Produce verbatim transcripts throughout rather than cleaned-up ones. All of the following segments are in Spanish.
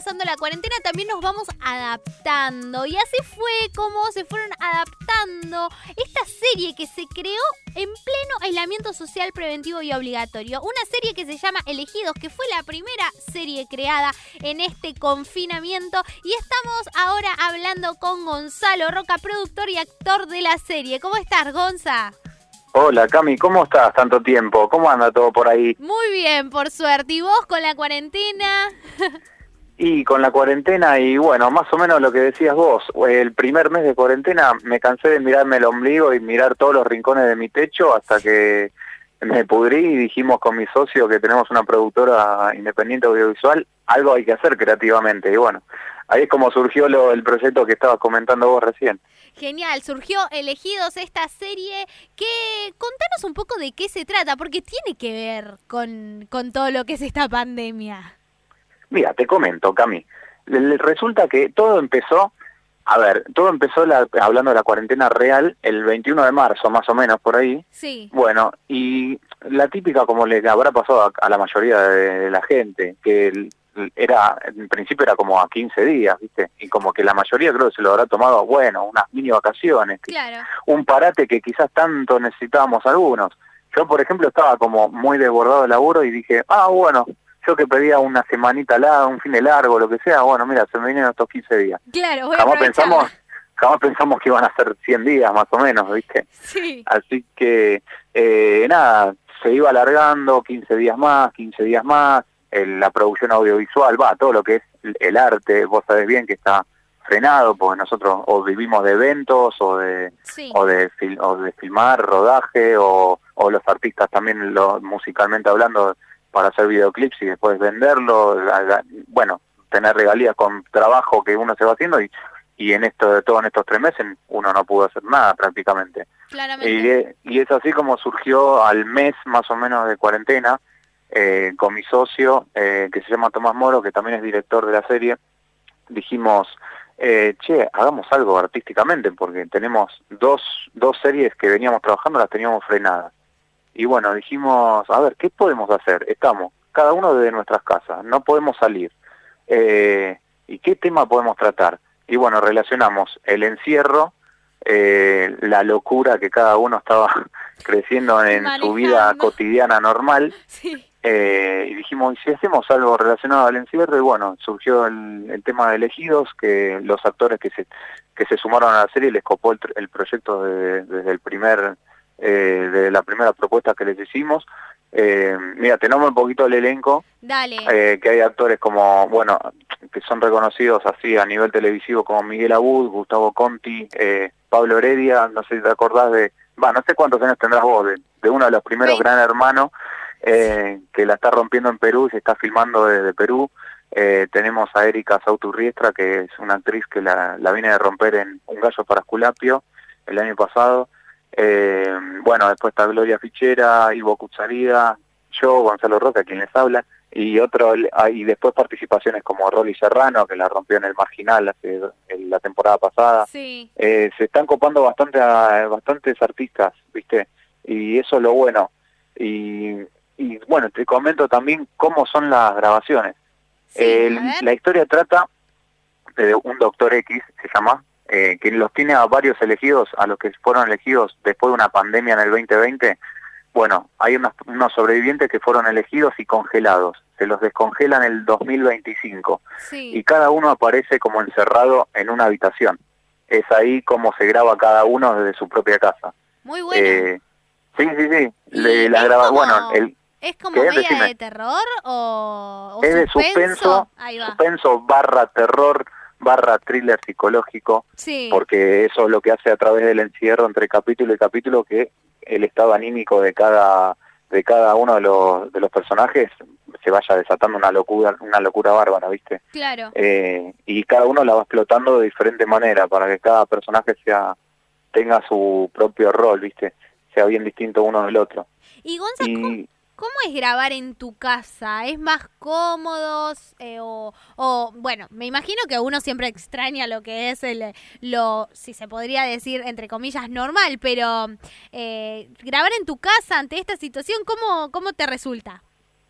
pasando la cuarentena, también nos vamos adaptando. Y así fue como se fueron adaptando esta serie que se creó en pleno aislamiento social preventivo y obligatorio. Una serie que se llama Elegidos, que fue la primera serie creada en este confinamiento. Y estamos ahora hablando con Gonzalo Roca, productor y actor de la serie. ¿Cómo estás, Gonza? Hola, Cami, ¿cómo estás? Tanto tiempo. ¿Cómo anda todo por ahí? Muy bien, por suerte. ¿Y vos con la cuarentena? Y con la cuarentena y bueno, más o menos lo que decías vos, el primer mes de cuarentena me cansé de mirarme el ombligo y mirar todos los rincones de mi techo hasta que me pudrí y dijimos con mi socio que tenemos una productora independiente audiovisual, algo hay que hacer creativamente y bueno, ahí es como surgió lo, el proyecto que estabas comentando vos recién. Genial, surgió Elegidos esta serie que contanos un poco de qué se trata, porque tiene que ver con, con todo lo que es esta pandemia. Mira, te comento, Cami, resulta que todo empezó, a ver, todo empezó la, hablando de la cuarentena real el veintiuno de marzo, más o menos, por ahí. Sí. Bueno, y la típica como le habrá pasado a, a la mayoría de, de la gente, que el, era, en principio era como a quince días, ¿viste? Y como que la mayoría creo que se lo habrá tomado, bueno, unas mini vacaciones. Claro. Un parate que quizás tanto necesitábamos algunos. Yo, por ejemplo, estaba como muy desbordado de laburo y dije, ah, bueno, yo que pedía una semanita larga, un fin de largo, lo que sea, bueno, mira, se me vienen estos quince días. Claro, voy a jamás aprovechar. pensamos, jamás pensamos que iban a ser cien días más o menos, ¿viste? Sí. Así que, eh, nada, se iba alargando, quince días más, quince días más, el, la producción audiovisual, va, todo lo que es el, el arte, vos sabés bien que está frenado, porque nosotros o vivimos de eventos, o de Sí. o de, fil, o de filmar, rodaje, o, o los artistas también lo, musicalmente hablando, para hacer videoclips y después venderlo, bueno, tener regalías con trabajo que uno se va haciendo y, y en esto, todo en estos tres meses uno no pudo hacer nada prácticamente. Claramente. Y, y es así como surgió al mes más o menos de cuarentena, eh, con mi socio, eh, que se llama Tomás Moro, que también es director de la serie, dijimos, eh, che, hagamos algo artísticamente, porque tenemos dos, dos series que veníamos trabajando, las teníamos frenadas. Y bueno, dijimos, a ver, ¿qué podemos hacer? Estamos, cada uno desde nuestras casas, no podemos salir. Eh, ¿Y qué tema podemos tratar? Y bueno, relacionamos el encierro, eh, la locura que cada uno estaba creciendo en Manejando. su vida cotidiana normal. Sí. Eh, y dijimos, ¿y si hacemos algo relacionado al encierro? Y bueno, surgió el, el tema de Elegidos, que los actores que se que se sumaron a la serie les copó el, el proyecto de, desde el primer... Eh, de la primera propuesta que les hicimos. Eh, mira, te nombro un poquito el elenco. Dale. Eh, que hay actores como, bueno, que son reconocidos así a nivel televisivo como Miguel Abud, Gustavo Conti, eh, Pablo Heredia, no sé si te acordás de, va, no sé cuántos años tendrás vos, de, de uno de los primeros sí. Gran Hermano, eh, que la está rompiendo en Perú, se está filmando desde Perú. Eh, tenemos a Erika Sauturriestra, que es una actriz que la, la viene de romper en Un gallo para Esculapio el año pasado. Eh, bueno, después está Gloria Fichera, Ivo Cutzarida, yo, Gonzalo Roca, quien les habla, y otro y después participaciones como Rolly Serrano, que la rompió en El Marginal hace en la temporada pasada. Sí. Eh, se están copando bastante a, bastantes artistas, ¿viste? Y eso es lo bueno. Y, y bueno, te comento también cómo son las grabaciones. Sí, eh, a ver. La historia trata de un doctor X, se llama, Eh, que los tiene a varios elegidos, a los que fueron elegidos después de una pandemia en el veinte veinte. Bueno, hay unos, unos sobrevivientes que fueron elegidos y congelados, se los descongelan en el dos mil veinticinco, Sí. y cada uno aparece como encerrado en una habitación. Es ahí como se graba cada uno desde su propia casa. Muy bueno. Eh, sí, sí, sí. Y Le, la es graba, como- bueno, el, ¿Es como ¿Qué? media Decime. de terror o, o es de suspenso? suspenso, Ahí va. suspenso barra terror, barra thriller psicológico. Sí. Porque eso es lo que hace a través del encierro entre capítulo y capítulo, que el estado anímico de cada de cada uno de los de los personajes se vaya desatando una locura una locura bárbara, ¿viste? Claro. Eh, y cada uno la va explotando de diferente manera para que cada personaje sea tenga su propio rol, ¿viste? Sea bien distinto uno del otro. Y Gonza, Y ¿cómo, cómo es grabar en tu casa? ¿Es más cómodo? Eh, o, o, bueno, me imagino que uno siempre extraña lo que es el, lo, si se podría decir, entre comillas, normal, pero eh, grabar en tu casa ante esta situación, ¿cómo, cómo te resulta?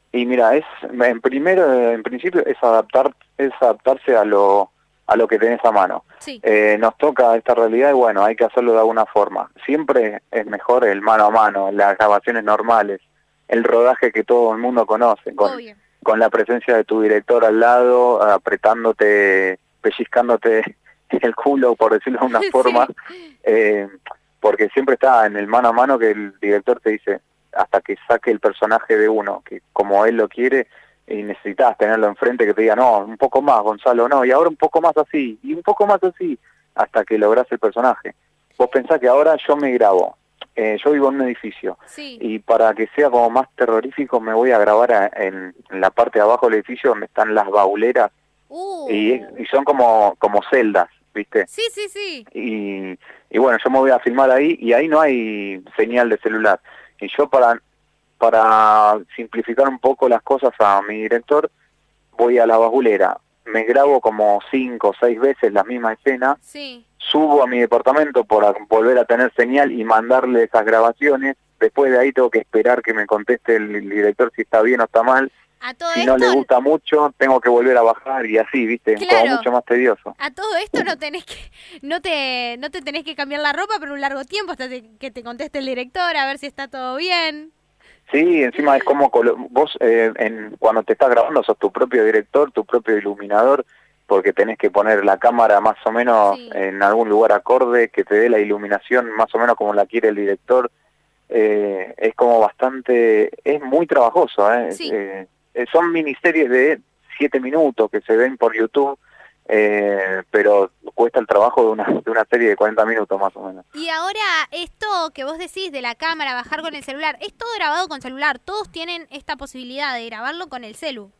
Y mira, es en primero, en principio es adaptar, es adaptarse a lo a lo que tenés a mano. Sí. Eh, nos toca esta realidad y bueno, hay que hacerlo de alguna forma. Siempre es mejor el mano a mano, las grabaciones normales, el rodaje que todo el mundo conoce, con, Obvio. con la presencia de tu director al lado, apretándote, pellizcándote el culo, por decirlo de una forma, Sí. eh, porque siempre está en el mano a mano que el director te dice, hasta que saque el personaje de uno, que como él lo quiere, y necesitas tenerlo enfrente que te diga, no, un poco más, Gonzalo, no, y ahora un poco más así, y un poco más así, hasta que lográs el personaje. Vos pensás que ahora yo me grabo, eh, yo vivo en un edificio, Sí. y para que sea como más terrorífico me voy a grabar a, en, en la parte de abajo del edificio donde están las bauleras, Uh. y, y son como, como celdas, ¿viste? Sí, sí, sí. Y, y bueno, yo me voy a filmar ahí, y ahí no hay señal de celular. Y yo para... para simplificar un poco las cosas a mi director, voy a la baulera, me grabo como cinco o seis veces la misma escena, Sí. subo a mi departamento para volver a tener señal y mandarle esas grabaciones, después de ahí tengo que esperar que me conteste el director si está bien o está mal, A todo si esto, no le gusta mucho, tengo que volver a bajar y así, ¿viste? Claro. Como mucho más tedioso. a todo esto no tenés que no te no te tenés que cambiar la ropa por un largo tiempo hasta te- que te conteste el director a ver si está todo bien. Sí, encima es como colo- vos eh, en, cuando te estás grabando sos tu propio director, tu propio iluminador, porque tenés que poner la cámara más o menos Sí. en algún lugar acorde, que te dé la iluminación más o menos como la quiere el director. Eh, es como bastante, es muy trabajoso. ¿eh? Sí. Eh, eh, son miniseries de siete minutos que se ven por YouTube, eh, pero cuesta el trabajo de una, de una serie de cuarenta minutos más o menos. Y ahora, esto que vos decís de la cámara, bajar con el celular, es todo grabado con celular. Todos tienen esta posibilidad de grabarlo con el celu.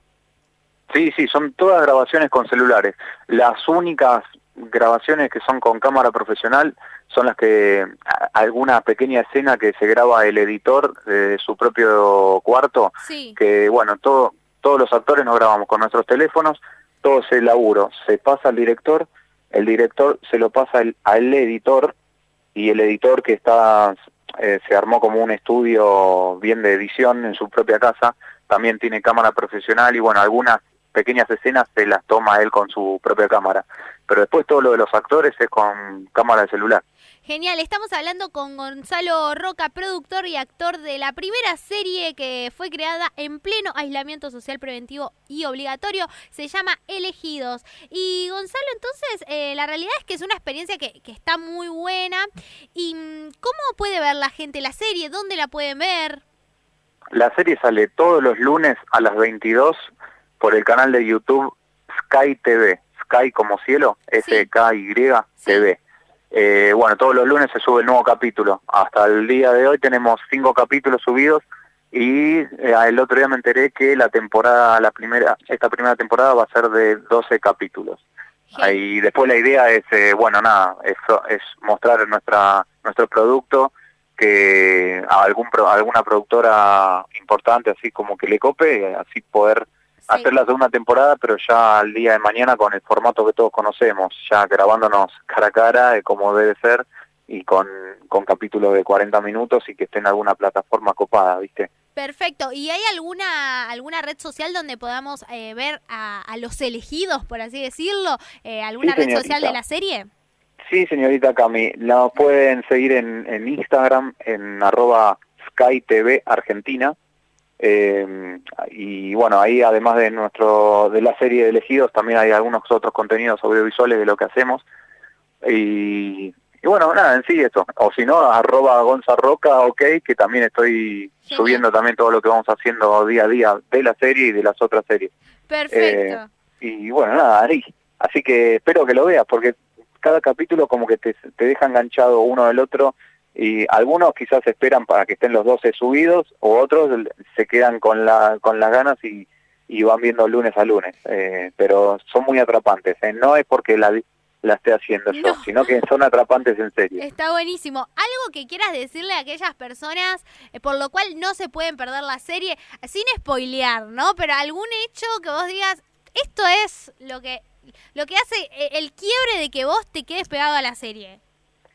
Sí, sí, son todas grabaciones con celulares. Las únicas grabaciones que son con cámara profesional son las que, a- alguna pequeña escena que se graba el editor de su propio cuarto, Sí. que bueno, todo, todos los actores nos grabamos con nuestros teléfonos, todo ese laburo se pasa al director, el director se lo pasa al, al editor, y el editor que está eh, se armó como un estudio bien de edición en su propia casa, también tiene cámara profesional y bueno, algunas pequeñas escenas se las toma él con su propia cámara, pero después todo lo de los actores es con cámara de celular. Genial, estamos hablando con Gonzalo Roca, productor y actor de la primera serie que fue creada en pleno aislamiento social preventivo y obligatorio, se llama Elegidos. Y Gonzalo, entonces, eh, la realidad es que es una experiencia que, que está muy buena. ¿Y cómo puede ver la gente la serie? ¿Dónde la pueden ver? La serie sale todos los lunes a las veintidós por el canal de YouTube Sky T V, Sky como cielo, Sí. S K Y T V. Sí. Eh, bueno, todos los lunes se sube el nuevo capítulo. Hasta el día de hoy tenemos cinco capítulos subidos y eh, el otro día me enteré que la temporada, la primera, esta primera temporada va a ser de doce capítulos. Gen- Y después la idea es, eh, bueno, nada, es, es mostrar nuestra nuestro producto, que a algún pro- alguna productora importante así como que le cope, así poder Sí. hacer la segunda temporada, pero ya al día de mañana con el formato que todos conocemos, ya grabándonos cara a cara, eh, como debe ser, y con, con capítulos de cuarenta minutos y que esté en alguna plataforma copada, ¿viste? Perfecto. ¿Y hay alguna alguna red social donde podamos eh, ver a, a los elegidos, por así decirlo? Eh, ¿Alguna Sí, red social señorita. de la serie? Sí, señorita Cami, la pueden seguir en, en Instagram, en arroba SkyTV Argentina. Eh, y bueno, ahí además de nuestro de la serie de elegidos, también hay algunos otros contenidos audiovisuales de lo que hacemos. Y, y bueno, nada, en sí eso. O si no, arroba Gonzarroca, ok, que también estoy Genial. subiendo también todo lo que vamos haciendo día a día de la serie y de las otras series. Perfecto. Eh, y bueno, nada, ahí. Así que espero que lo veas, porque cada capítulo como que te, te deja enganchado uno del otro, y algunos quizás esperan para que estén los doce subidos, o otros se quedan con la con las ganas y, y van viendo lunes a lunes. Eh, pero son muy atrapantes, ¿eh? No es porque la, la esté haciendo yo, No. sino que son atrapantes en serio. Está buenísimo. Algo que quieras decirle a aquellas personas eh, por lo cual no se pueden perder la serie, sin spoilear, ¿no? Pero algún hecho que vos digas, esto es lo que lo que hace eh, el quiebre de que vos te quedes pegado a la serie.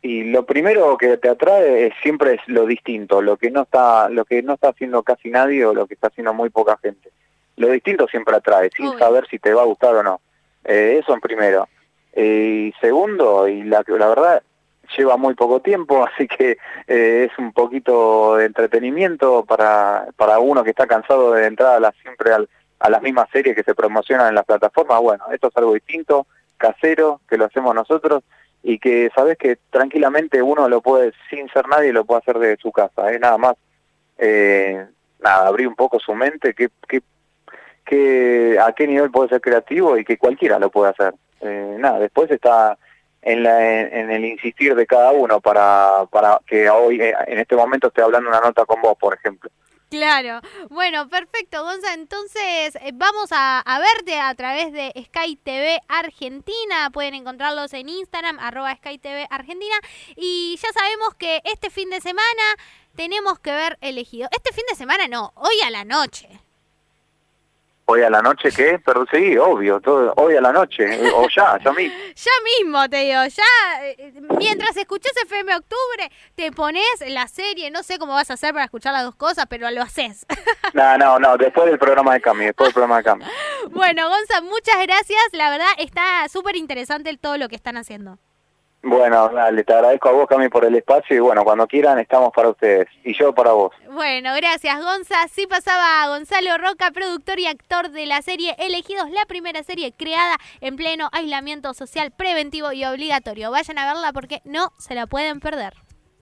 Y lo primero que te atrae es, siempre es lo distinto, lo que no está, lo que no está haciendo casi nadie o lo que está haciendo muy poca gente. Lo distinto siempre atrae, sin Uy. saber si te va a gustar o no. Eh, eso en primero. Eh, y segundo, y la, la verdad, lleva muy poco tiempo, así que eh, es un poquito de entretenimiento para, para uno que está cansado de entrar a la, siempre al, a las mismas series que se promocionan en las plataformas. Bueno, esto es algo distinto, casero, que lo hacemos nosotros, y que sabes que tranquilamente uno lo puede, sin ser nadie, lo puede hacer desde su casa, ¿eh? Nada más, eh, nada, abrir un poco su mente, que, que, que a qué nivel puede ser creativo y que cualquiera lo puede hacer. Eh, nada, después está en, la, en, en el insistir de cada uno para, para que hoy, eh, en este momento, esté hablando una nota con vos, por ejemplo. Claro. Bueno, perfecto, Gonza. Entonces, eh, vamos a, a verte a través de Sky T V Argentina. Pueden encontrarlos en Instagram, arroba Sky T V Argentina. Y ya sabemos que este fin de semana tenemos que ver Elegido. Este fin de semana no, hoy a la noche. ¿Hoy a la noche qué? Pero sí, obvio, todo, hoy a la noche, o ya, ya mismo. Ya mismo te digo, ya, eh, mientras escuchás F M Octubre, te pones la serie, no sé cómo vas a hacer para escuchar las dos cosas, pero lo haces. No, no, no, después del programa de Cami, después del programa de Cami. Bueno, Gonza, muchas gracias, la verdad está súper interesante todo lo que están haciendo. Bueno, dale, te agradezco a vos, Cami, por el espacio, y bueno, cuando quieran estamos para ustedes, y yo para vos. Bueno, gracias, Gonza. Sí pasaba Gonzalo Roca, productor y actor de la serie Elegidos, la primera serie creada en pleno aislamiento social preventivo y obligatorio. Vayan a verla porque no se la pueden perder.